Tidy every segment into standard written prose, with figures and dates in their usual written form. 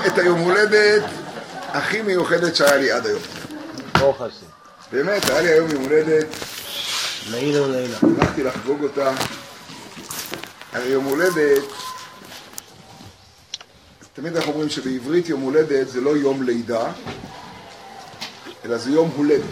את היום הולדת הכי מיוחדת שהיה לי עד היום. ברוך השם. באמת, היה לי היום יום הולדת. לעילה ולעילה. הלכתי לחגוג אותה. היום הולדת, תמיד אנחנו אומרים שבעברית יום הולדת זה לא יום לידה, אלא זה יום הולדת.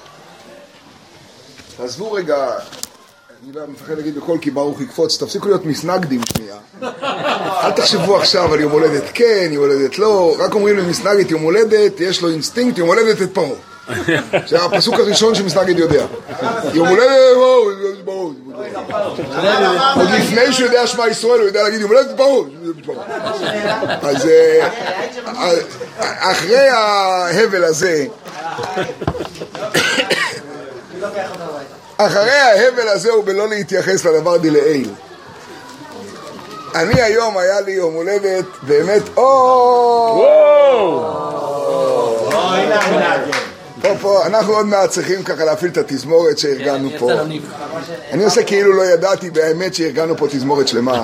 תעזבו רגע, אני לא מפחד להגיד בכל כי ברוך יקפוץ, תפסיקו להיות מסנגדים שנייה. אל תחשבו עכשיו על יום הולדת כן, יום הולדת לא, רק אומרים למסנגד יום הולדת, יש לו אינסטינקט, יום הולדת את פרעה. זה הפסוק הראשון שמסנגד יודע. יום הולדת, ברור. עוד לפני שהוא יודע שמה ישראל, הוא יודע להגיד יום הולדת ברור. אז אחרי ההבל הזה, הוא בלא להתייחס לדבר דלעיל. אני היום היה לי יום הולדת באמת, פה, אנחנו עוד מעט צריכים ככה להפעיל את התזמורת שהרגענו פה. אני עושה כאילו לא ידעתי באמת שהרגענו פה תזמורת שלמה.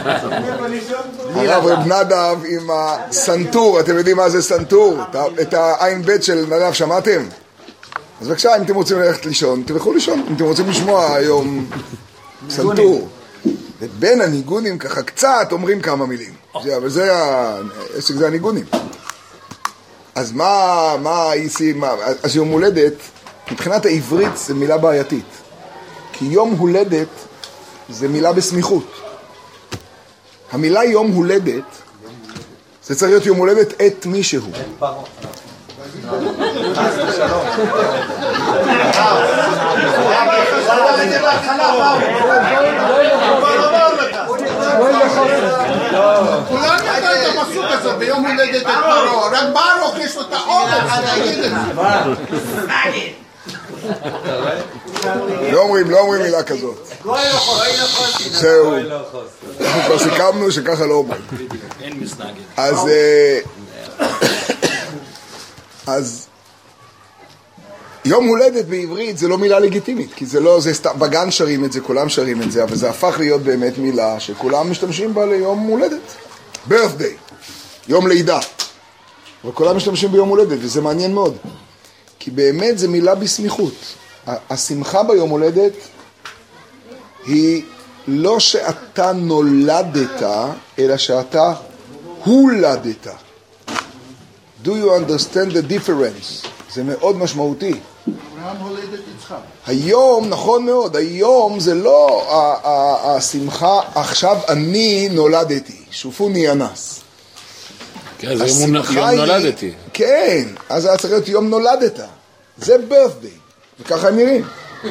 הרב רב נדב עם הסנטור, אתם יודעים מה זה סנטור? את העין בית של נדב שמעתם? אז בבקשה, אם אתם רוצים ללכת לישון, תלכו לישון. אם אתם רוצים לשמוע היום סנטור. ובין הניגונים ככה קצת אומרים כמה מילים. אבל זה הניגונים. אז אז יום הולדת, מבחינת העברית זה מילה בעייתית. כי יום הולדת זה מילה בסמיכות. המילה יום הולדת, זה צריך להיות יום הולדת את מישהו. כולם ידע את הפסוק הזה ביום הולדת את פרעה, רק ברוך יש לו את האומץ להגיד את זה. לא אומרים מילה כזאת. זהו, אנחנו כבר סיכמנו שככה לא אומרים. אז יום הולדת בעברית זה לא מילה לגיטימית, כי זה לא, זה סתם, בגן שרים את זה, כולם שרים את זה, אבל זה הפך להיות באמת מילה שכולם משתמשים בה ליום הולדת. birthday, יום לידה. וכולם משתמשים ביום הולדת, וזה מעניין מאוד. כי באמת זה מילה בסמיכות. השמחה ביום הולדת היא לא שאתה נולדת, אלא שאתה הולדת. Do you understand the difference? זה מאוד משמעותי. היום, נכון מאוד, היום זה לא השמחה, עכשיו אני נולדתי, שופוני אנס. כן, זה יום נולדתי. כן, אז זה צריך להיות יום נולדת. זה birthday, וככה הם נראים.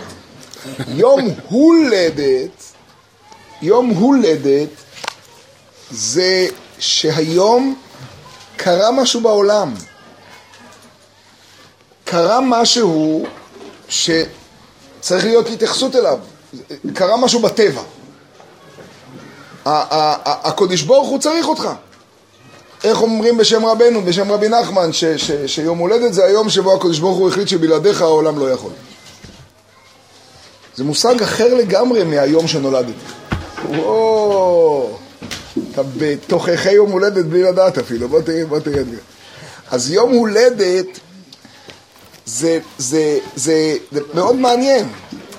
יום הולדת זה שהיום קרה משהו בעולם. קרה משהו שצריך להיות התייחסות אליו. קרה משהו בטבע. הקדוש ברוך הוא צריך אותך. איך אומרים בשם רבנו, בשם רבי נחמן, שיום הולדת זה היום שבו הקדוש ברוך הוא החליט שבלעדיך העולם לא יכול. זה מושג אחר לגמרי מהיום שנולדתי. אתה בתוככי יום הולדת בלי לדעת אפילו, בוא תראה. אז יום הולדת זה מאוד מעניין.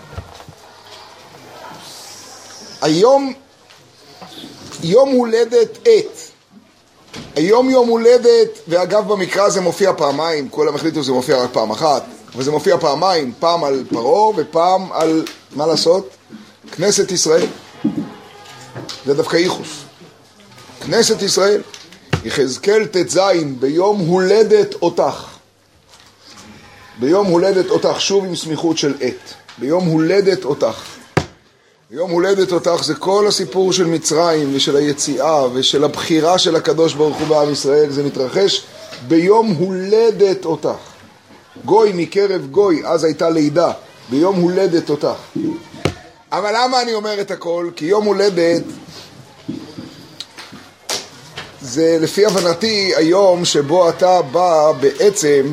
היום יום הולדת היום יום הולדת, ואגב במקרא זה מופיע פעמיים, כל המחליטו זה מופיע רק פעם אחת, אבל זה מופיע פעמיים, פעם על פרעה ופעם על, מה לעשות? כנסת ישראל. זה דווקא ייחוס. כנסת ישראל, יחזקאל ט"ז, ביום הולדת אותך. ביום הולדת אותך, שוב עם סמיכות של עת. ביום הולדת אותך. ביום הולדת אותך זה כל הסיפור של מצרים ושל היציאה ושל הבחירה של הקדוש ברוך הוא בעם ישראל. זה מתרחש ביום הולדת אותך. גוי מקרב גוי, אז הייתה לידה. ביום הולדת אותך. אבל למה אני אומר את הכל? כי יום הולדת זה לפי הבנתי היום שבו אתה בא בעצם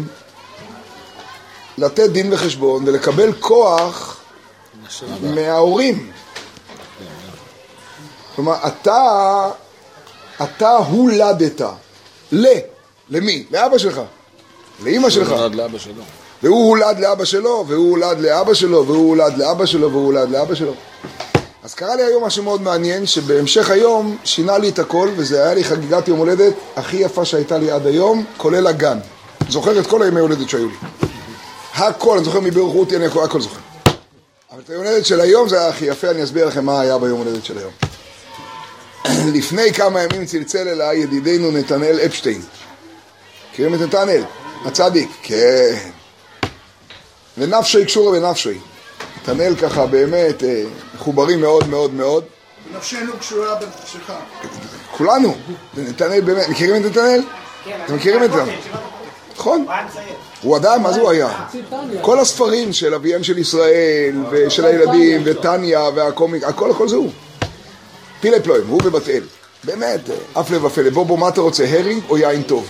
לתת דין וחשבון ולקבל כוח מההורים. כלומר, אתה הולדת. למי? לאבא שלך. לאמא שלך. הוא הולד לאבא שלו. והוא הולד לאבא שלו, והוא הולד לאבא שלו, והוא הולד לאבא שלו, והוא הולד לאבא שלו. אז קרה לי היום משהו מאוד מעניין, שבהמשך היום שינה לי את הכל, וזה היה לי חגיגת יום הולדת הכי יפה שהייתה לי עד היום, כולל הגן. זוכר את כל הימי הולדת שהיו לי. הכל, אני זוכר מבירור רותי, אני הכל זוכר. אבל את היום הולדת של היום זה היה הכי יפה, אני אסביר לכם מה היה ביום הולדת של היום. לפני כמה ימים צלצל אליי ידידנו נתנאל אפשטיין. מכירים את נתנאל? הצדיק. כן. ונפשי קשורה בנפשי. נתנאל ככה באמת מחוברים מאוד מאוד מאוד. נפשנו קשורה בנפשך. כולנו. נתנאל באמת. מכירים את נתנאל? אתם מכירים את נתנאל? נכון. הוא אדם, מה זה הוא היה? כל הספרים של אביהם של ישראל ושל הילדים וטניה והקומיק, הכל זה הוא. פילי פלויים, הוא בבת אל. באמת, אף לב אפלה. בוא, מה אתה רוצה, הרינג או יין טוב?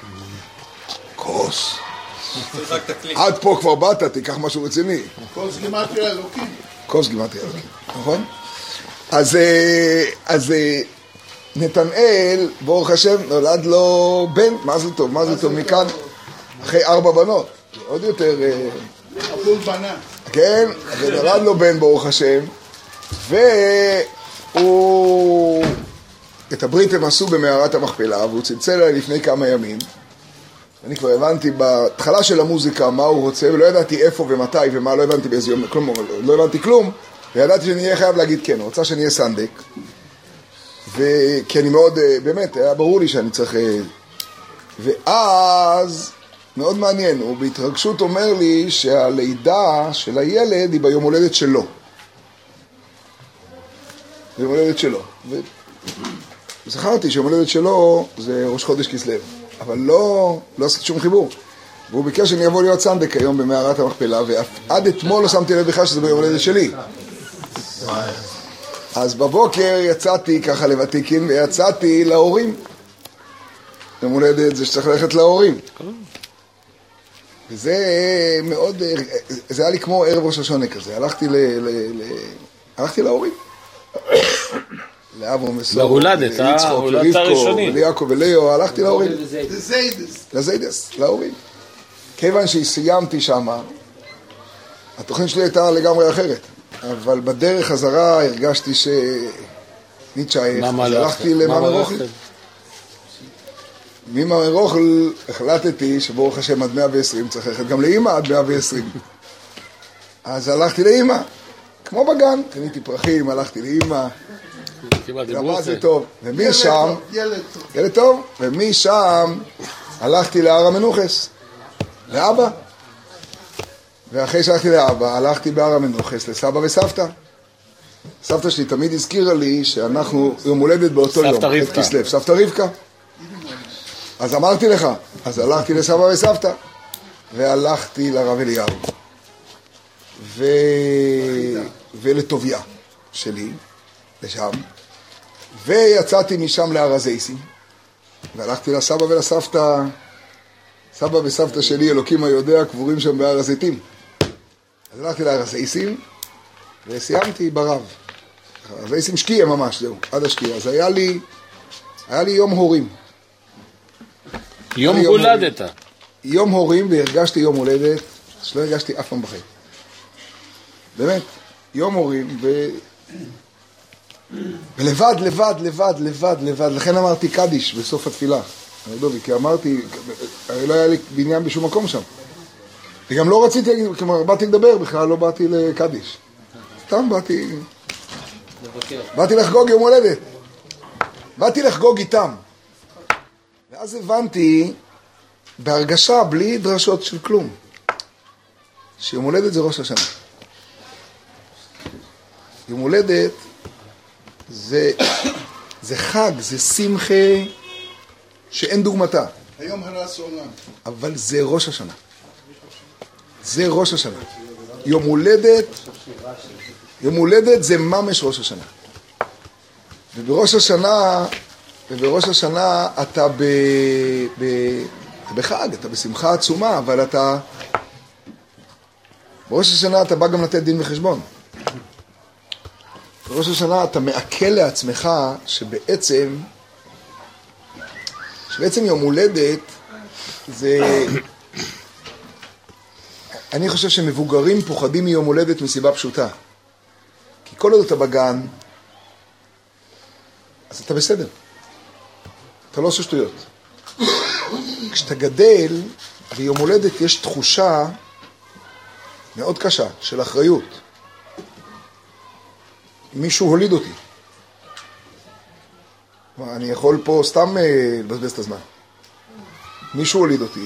כוס. עד פה כבר באת, תיקח משהו רציני. כוס גימטריה אלוקים. כוס גימטריה אלוקים, נכון? אז נתנאל, ברוך השם, נולד לו בן, מה זה טוב, מכאן, אחרי 4 בנות, עוד יותר... אפול בנה. כן, ונולד לו בן, ברוך השם, והוא... את הברית הם עשו במערת המכפלה, והוא צלצל אליי לפני כמה ימים, אני כבר הבנתי בהתחלה של המוזיקה מה הוא רוצה, ולא ידעתי איפה ומתי ומה, לא הבנתי באיזה יום, כלומר, לא הבנתי כלום, וידעתי שאני אהיה חייב להגיד כן, הוא רוצה שאני אהיה סנדק, כי אני מאוד, באמת, היה ברור לי שאני צריך... ואז, מאוד מעניין, הוא בהתרגשות אומר לי שהלידה של הילד היא ביום הולדת שלו. ביום הולדת שלו. וזכרתי שיום הולדת שלו זה ראש חודש כסלו, אבל לא עשיתי שום חיבור. והוא ביקש שאני אבוא להיות סנדק היום במערת המכפלה, ועד אתמול לא שמתי לב בכלל שזה ביום הולדת שלי. אז בבוקר יצאתי ככה לבתיקין, ויצאתי להורים. יום הולדת זה שצריך ללכת להורים. וזה מאוד, זה היה לי כמו ערב ראש השונה כזה. הלכתי להורים. לאברהם וסור, ליצחוק ורבקו, וליעקב וליאו, הלכתי להורים. לזיידס, להורים. כיוון שסיימתי שם, התוכנית שלי הייתה לגמרי אחרת. אבל בדרך חזרה הרגשתי שניטשייך, אז הלכתי למאמר אוכל. ממאמר אוכל החלטתי שברוך השם עד 120 צריך ללכת גם לאמא עד 120. אז הלכתי לאמא, כמו בגן, קניתי פרחים, הלכתי לאמא. רבה זה טוב. ומשם, ילד טוב, ומשם הלכתי להר המנוחס, לאבא. ואחרי שהלכתי לאבא, הלכתי בהר המנוחס לסבא וסבתא. סבתא שלי תמיד הזכירה לי שאנחנו יום הולדת באותו יום. סבתא רבקה. סבתא רבקה. אז אמרתי לך, אז הלכתי לסבא וסבתא, והלכתי לרב אליהו. ולטוביה שלי, לשם. ויצאתי משם להר הזייסים, והלכתי לסבא ולסבתא, סבא וסבתא שלי, אלוקים היודע, קבורים שם בהר הזיתים. אז הלכתי להר הזייסים, וסיימתי ברב. הר הזייסים שקיע ממש, זהו, עד השקיע. אז היה לי יום הורים. יום הולדת. יום הורים, והרגשתי יום הולדת, שלא הרגשתי אף פעם בחיים. באמת, יום הורים, ולבד, לכן אמרתי קדיש בסוף התפילה. כי אמרתי, לא היה לי בניין בשום מקום שם. וגם לא רציתי, כלומר, באתי לדבר, בכלל לא באתי לקדיש. סתם באתי לחגוג יום הולדת. באתי לחגוג איתם. ואז הבנתי, בהרגשה, בלי דרשות של כלום, שיום הולדת זה ראש השנה. יום הולדת זה חג, זה שמחה שאין דוגמתה. היום הרס עולם. אבל זה ראש השנה. זה ראש השנה. יום הולדת זה ממש ראש השנה. ובראש השנה אתה בחג, אתה בשמחה עצומה, אבל בראש השנה אתה בא גם לתת דין וחשבון. בראש השנה אתה מעכל לעצמך שבעצם שבעצם יום הולדת זה... אני חושב שמבוגרים פוחדים מיום הולדת מסיבה פשוטה. כי כל עוד אתה בגן, אז אתה בסדר. אתה לא עושה שטויות. כשאתה גדל, ביום הולדת יש תחושה מאוד קשה של אחריות. מישהו הוליד אותי. אני יכול פה סתם לבזבז את הזמן. מישהו הוליד אותי,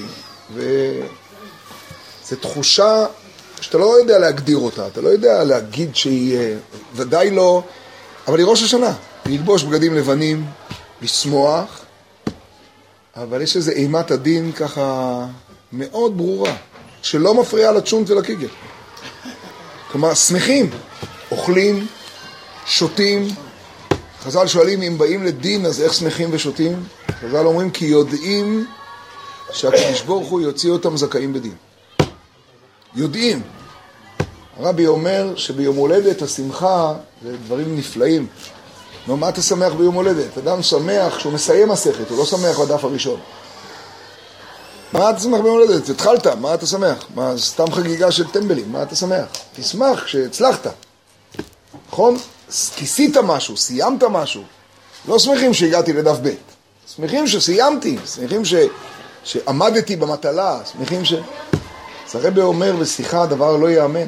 וזו תחושה שאתה לא יודע להגדיר אותה, אתה לא יודע להגיד שהיא ודאי לא, אבל היא ראש השנה, ללבוש בגדים לבנים, לשמוח, אבל יש איזו אימת הדין ככה מאוד ברורה, שלא מפריעה לצ'ונט ולקיגל. כלומר, שמחים, אוכלים, שותים. חז"ל שואלים אם באים לדין, אז איך שמחים ושותים? חז"ל אומרים כי יודעים שהקדוש ברוך הוא יוציא אותם זכאים בדין. יודעים. הרבי אומר שביום הולדת השמחה זה דברים נפלאים. נו, מה אתה שמח ביום הולדת? אדם שמח כשהוא מסיים מסכת, הוא לא שמח בדף הראשון. מה אתה שמח ביום הולדת? התחלת, מה אתה שמח? מה, סתם חגיגה של טמבלים, מה אתה שמח? תשמח כשהצלחת. נכון? כיסית משהו, סיימת משהו. לא שמחים שהגעתי לדף ב', שמחים שסיימתי, שמחים שעמדתי במטלה, שמחים ש... אז הרבי אומר בשיחה הדבר לא יאמן.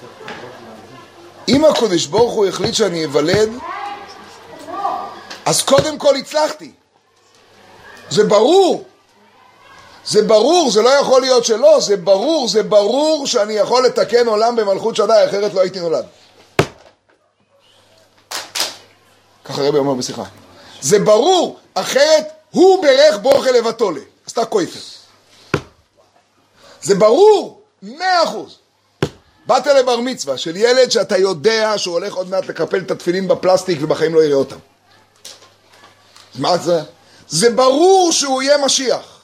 אם הקדוש ברוך הוא החליט שאני אוולד, אז קודם כל הצלחתי. זה ברור. זה ברור, זה לא יכול להיות שלא, זה ברור שאני יכול לתקן עולם במלכות שדי, אחרת לא הייתי נולד. ככה הרבי אומר בשיחה. זה ברור, אחרת הוא ברך ברוכה לבטולה. עשתה קויפר. זה ברור, 100%. באת לבר מצווה של ילד שאתה יודע שהוא הולך עוד מעט לקפל את התפילין בפלסטיק ובחיים לא יראה אותם. מה זה? זה ברור שהוא יהיה משיח.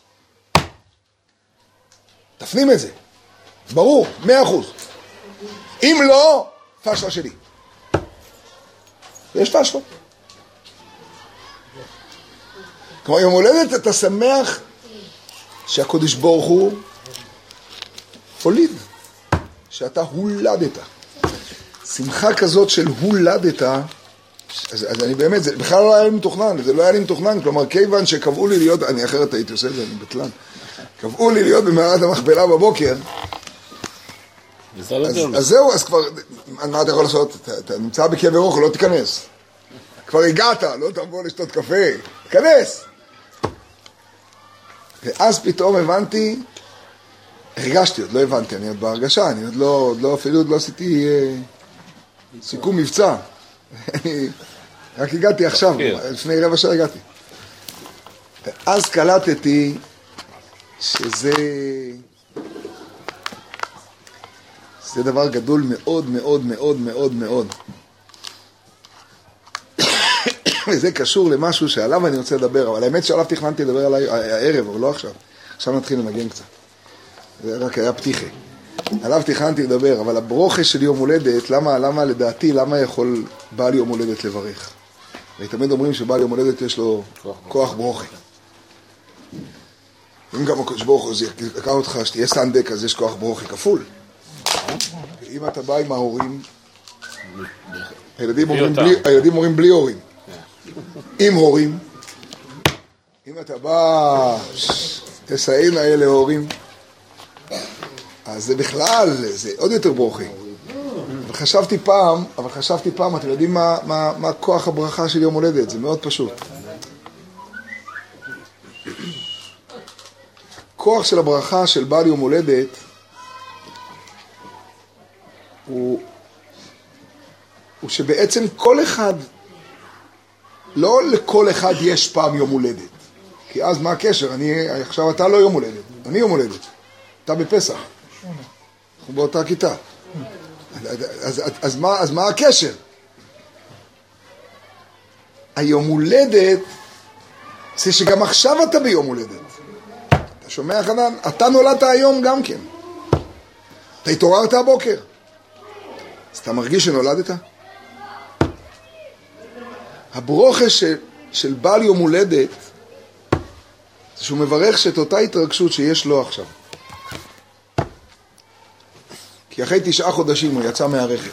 תפנים את זה. ברור, 100%. אם לא, פשלה שלי. יש פשלות. כמו יום הולדת אתה שמח שהקדוש ברוך הוא הוליד, שאתה הולדת. שמחה כזאת של הולדת, אז אני באמת, זה בכלל לא היה לי מתוכנן, זה לא היה לי מתוכנן, כלומר כיוון שקבעו לי להיות, אני אחרת הייתי עושה את זה, אני בטלן, קבעו לי להיות במערת המכפלה בבוקר, אז זהו, אז כבר, מה אתה יכול לעשות? אתה נמצא בכאבי רוח, לא תיכנס. כבר הגעת, לא תבוא לשתות קפה, תיכנס. ואז פתאום הבנתי, הרגשתי, עוד לא הבנתי, אני עוד בהרגשה, אני עוד לא, אפילו עוד לא עשיתי סיכום מבצע. אני רק הגעתי עכשיו, לפני רבע שעה הגעתי. ואז קלטתי שזה דבר גדול מאוד מאוד מאוד מאוד מאוד. וזה קשור למשהו שעליו אני רוצה לדבר, אבל האמת שעליו תכננתי לדבר עליי הערב, אבל לא עכשיו. עכשיו נתחיל לנגן קצת. זה רק היה פתיחה. עליו תכננתי לדבר, אבל הברוכה של יום הולדת, למה לדעתי, למה יכול בעל יום הולדת לברך? ותמיד אומרים שבעל יום הולדת יש לו כוח ברוכה. אם גם הקדוש ברוך הוא יקר אותך שתהיה סנדק, אז יש כוח ברוכה כפול. אם אתה בא עם ההורים, הילדים אומרים בלי הורים. עם הורים. אם אתה בא, תסעים האלה הורים. אז זה בכלל, זה עוד יותר ברוכה. אבל חשבתי פעם, אתם יודעים מה כוח הברכה של יום הולדת? זה מאוד פשוט. הכוח של הברכה של בעל יום הולדת הוא שבעצם כל אחד, לא לכל אחד יש פעם יום הולדת. כי אז מה הקשר? עכשיו אתה לא יום הולדת, אני יום הולדת. אתה בפסח. אנחנו באותה כיתה. אז מה הקשר? היום הולדת זה שגם עכשיו אתה ביום הולדת. אתה שומע חנן? אתה נולדת היום גם כן. אתה התעוררת הבוקר. אז אתה מרגיש שנולדת? הברוכה של בעל יום הולדת שהוא מברך שאת אותה התרגשות שיש לו עכשיו. כי אחרי 9 חודשים הוא יצא מהרכב.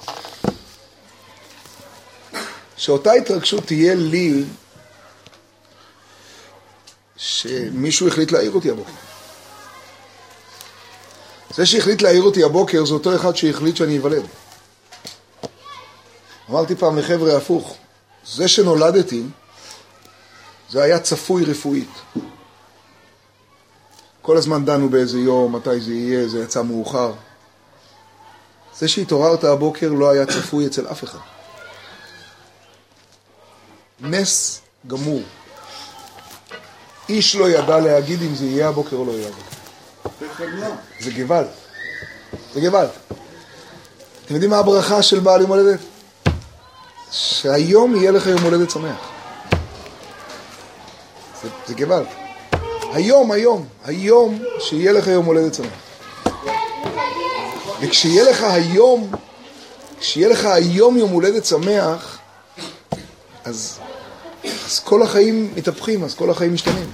שאותה התרגשות תהיה לי שמישהו החליט להעיר אותי הבוקר. זה שהחליט להעיר אותי הבוקר זה אותו אחד שהחליט שאני אוולד. אמרתי פעם לחבר'ה הפוך, זה שנולדתי זה היה צפוי רפואית. כל הזמן דנו באיזה יום, מתי זה יהיה, זה יצא מאוחר. זה שהתעוררת הבוקר לא היה צפוי אצל אף אחד. נס גמור. איש לא ידע להגיד אם זה יהיה הבוקר או לא יהיה הבוקר. זה גוואלד. זה גוואלד. אתם יודעים מה הברכה של בעל יום הולדת? שהיום יהיה לך יום הולדת שמח. זה גוואלד. היום שיהיה לך יום הולדת שמח. וכשיהיה לך היום יום הולדת שמח, אז כל החיים מתהפכים, אז כל החיים משתנים.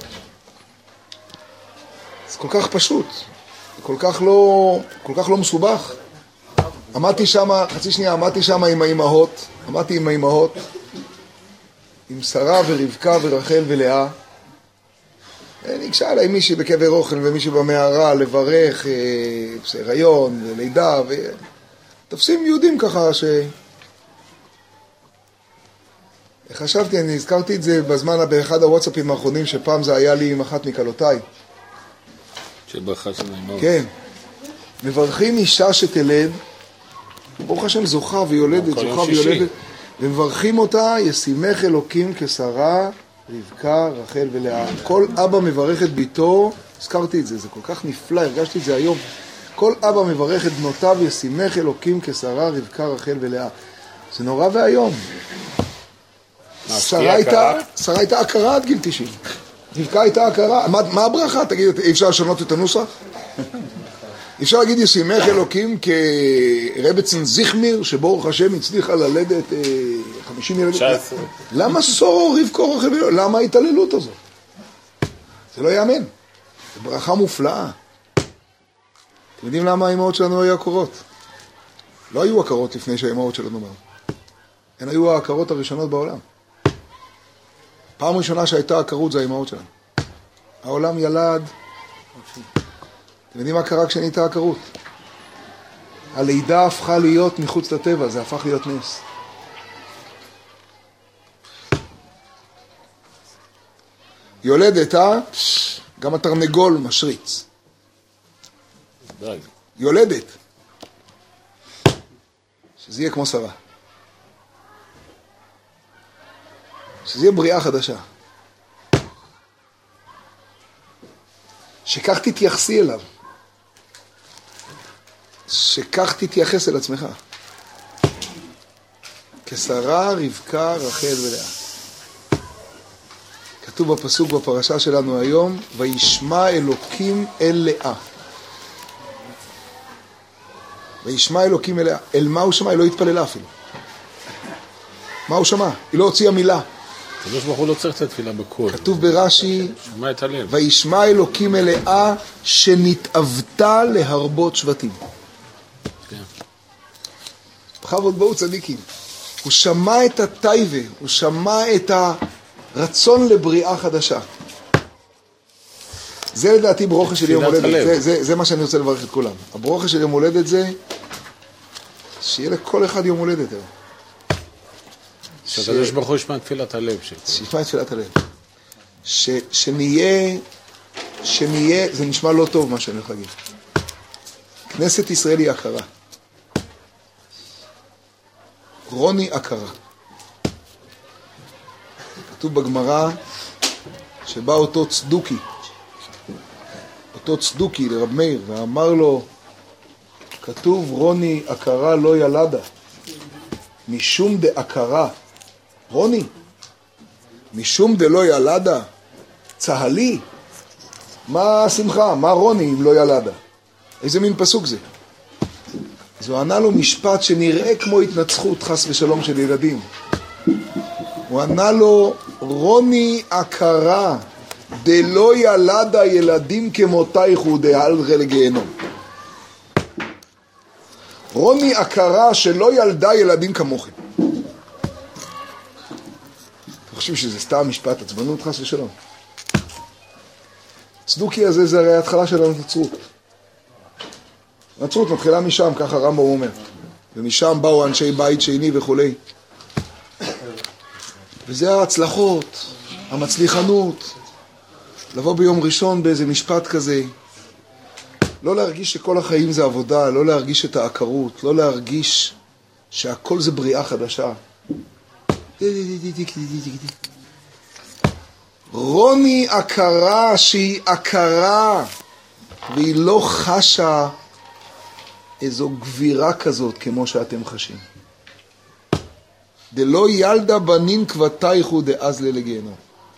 זה כל כך פשוט, כל כך לא מסובך. עמדתי שם עם האימהות, עם שרה ורבקה ורחל ולאה. ניגשה עליי מישהי בקבר אוכל ומישהי במערה לברך הריון ולידה, ותופסים יהודים ככה חשבתי, אני הזכרתי את זה בזמן באחד הוואטסאפים האחרונים, שפעם זה היה לי עם אחת מקלותיי. שברכה של האימהות. כן. מברכים אישה שתלד, ברוך השם זוכה ויולדת, ומברכים אותה, ישימך אלוקים כשרה, רבקה, רחל ולאה. כל אבא מברך את ביתו, הזכרתי את זה, זה כל כך נפלא, הרגשתי את זה היום. כל אבא מברך את בנותיו, ישימך אלוקים כשרה, רבקה, רחל ולאה. זה נורא והיום. שרה הייתה הכרה עד גיל 90. רבקה הייתה הכרה. מה הברכה? תגיד, אי אפשר לשנות את הנוסח? אפשר להגיד ישימך אלוקים כרבצן זיכמיר, שברוך השם הצליחה ללדת 50 ילדים. 19. למה סורו רבקו רחל ולאה? למה ההתעללות הזאת? זה לא יאמן. זו ברכה מופלאה. אתם יודעים למה האימהות שלנו היו עקרות? לא היו עקרות לפני שהאימהות שלנו באו. הן היו העקרות הראשונות בעולם. פעם ראשונה שהייתה עקרות זה האימהות שלנו. העולם ילד. אתם יודעים מה קרה כשנהייתה עקרות? הלידה הפכה להיות מחוץ לטבע, זה הפך להיות נס. יולדת, גם התרנגול משריץ. יולדת. שזה יהיה כמו שרה. שזה יהיה בריאה חדשה. שכך תתייחסי אליו. שכך תתייחס אל עצמך. כשרה, רבקה, רחל ולאה. כתוב בפסוק בפרשה שלנו היום, וישמע אלוקים אל לאה. וישמע אלוקים אל לאה. אל מה הוא שמע? היא לא התפללה אפילו. מה הוא שמע? היא לא הוציאה מילה. הקדוש ברוך הוא לא צריך את התפילה בקול. כתוב ברש"י, שמע את הלב. וישמע אלוקים אל לאה שנתאוותה להרבות שבטים. בכבוד בואו צדיקים. הוא שמע את הטייבה, הוא שמע את הרצון לבריאה חדשה. זה לדעתי ברוכה של יום הולדת. זה מה שאני רוצה לברך את כולם. הברוכה של יום הולדת זה שיהיה לכל אחד יום הולדת. שהקדוש ברוך הוא ישמע תפילת הלב. שישמע את תפילת הלב. שנהיה, זה נשמע לא טוב מה שאני הולך להגיד. כנסת ישראל היא הכרה. רוני הכרה. כתוב בגמרא שבא אותו צדוקי לרב מאיר ואמר לו, כתוב רוני הכרה לא ילדה משום דאכרה. רוני, משום דלא ילדה צהלי. מה השמחה? מה רוני אם לא ילדה? איזה מין פסוק זה? אז הוא ענה לו משפט שנראה כמו התנצחות חס ושלום של ילדים. הוא ענה לו, רוני הכרה דלא ילדה ילדים כמותייך ודהלכה לגיהנום. רוני הכרה שלא ילדה ילדים כמוכם. אתם חושבים שזה סתם משפט עצבנות חס ושלום? צדוקי הזה זה הרי ההתחלה של הנצרות. הנצרות מתחילה משם, ככה רמב"ם אומר. ומשם באו אנשי בית שני וכו'. וזה ההצלחות, המצליחנות. לבוא ביום ראשון באיזה משפט כזה. לא להרגיש שכל החיים זה עבודה, לא להרגיש את העקרות, לא להרגיש שהכל זה בריאה חדשה. רוני הכרה שהיא הכרה והיא לא חשה איזו גבירה כזאת כמו שאתם חשים. דלא ילדה בנין כבתייך ודאז לגיהנום.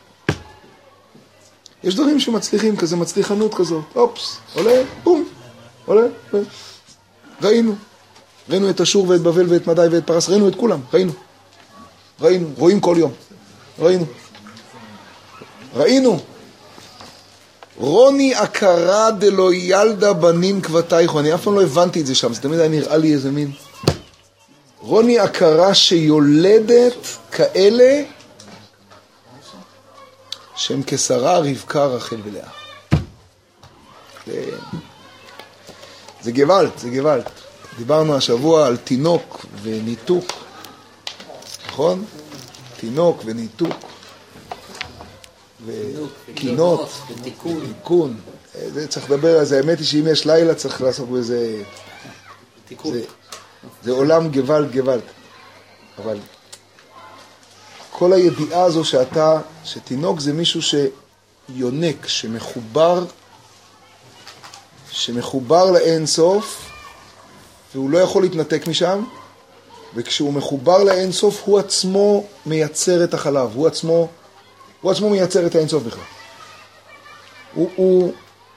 יש דברים שמצליחים כזה, מצליחנות כזאת. אופס, עולה, בום, עולה. ראינו את אשור ואת בבל ואת מדי ואת פרס, ראינו את כולם, ראינו, רואים כל יום, ראינו. רוני הכרה דלא ילדה בנין כבתייך, אני אף פעם לא הבנתי את זה שם, זה תמיד היה נראה לי איזה מין. רוני הכרה שיולדת כאלה שהם כשרה, רבקה, רחל ולאה. זה גוואלד. דיברנו השבוע על תינוק וניתוק, נכון? תינוק וניתוק. וקינות, ותיקון. זה צריך לדבר על זה. האמת היא שאם יש לילה צריך לעסוק בזה. זה עולם גוואלד. אבל כל הידיעה הזו שתינוק זה מישהו שיונק, שמחובר לאין סוף, והוא לא יכול להתנתק משם, וכשהוא מחובר לאין סוף, הוא עצמו מייצר את החלב, הוא עצמו מייצר את האין סוף בכלל. הוא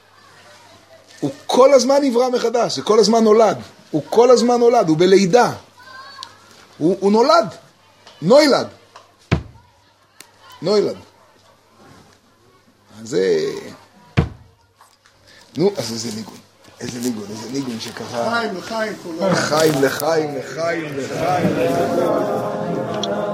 כל הזמן נברא מחדש, זה כל הזמן נולד, הוא בלידה, הוא נולד. אז זה... נו, אז איזה ניגון שככה... לחיים כולו. לחיים.